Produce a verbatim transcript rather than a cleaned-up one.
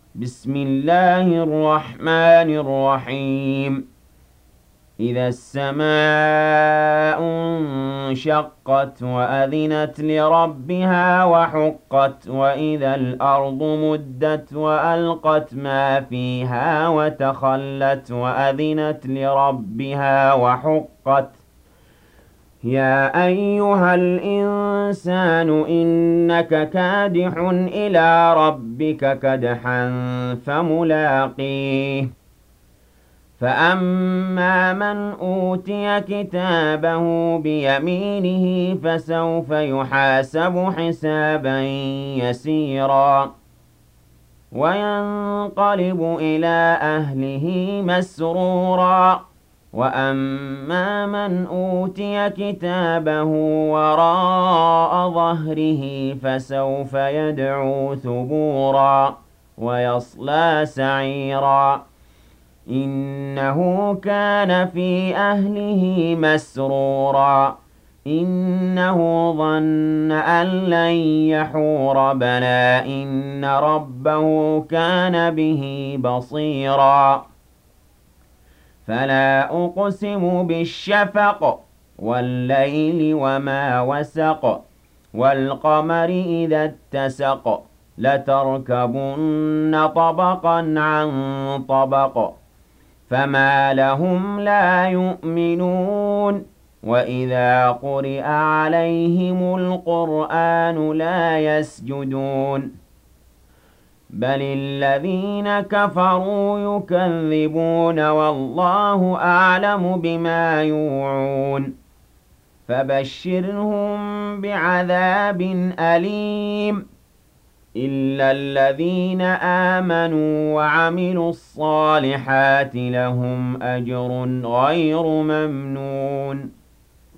بسم الله الرحمن الرحيم إذا السماء انشقت وأذنت لربها وحقت وإذا الأرض مدت وألقت ما فيها وتخلت وأذنت لربها وحقت يا أيها الإنسان إنك كادح إلى ربك كدحا فملاقيه فأما من أوتي كتابه بيمينه فسوف يحاسب حسابا يسيرا وينقلب إلى أهله مسرورا وأما من أوتي كتابه وراء ظهره فسوف يدعو ثبورا ويصلى سعيرا إنه كان في أهله مسرورا إنه ظن أن لن يحور بلى إن ربه كان به بصيرا فلا أقسم بالشفق والليل وما وسق والقمر إذا اتسق لتركبن طبقا عن طبق فما لهم لا يؤمنون وإذا قرئ عليهم القرآن لا يسجدون بل الذين كفروا يكذبون والله أعلم بما يوعون فبشرهم بعذاب أليم إلا الذين آمنوا وعملوا الصالحات لهم أجر غير ممنون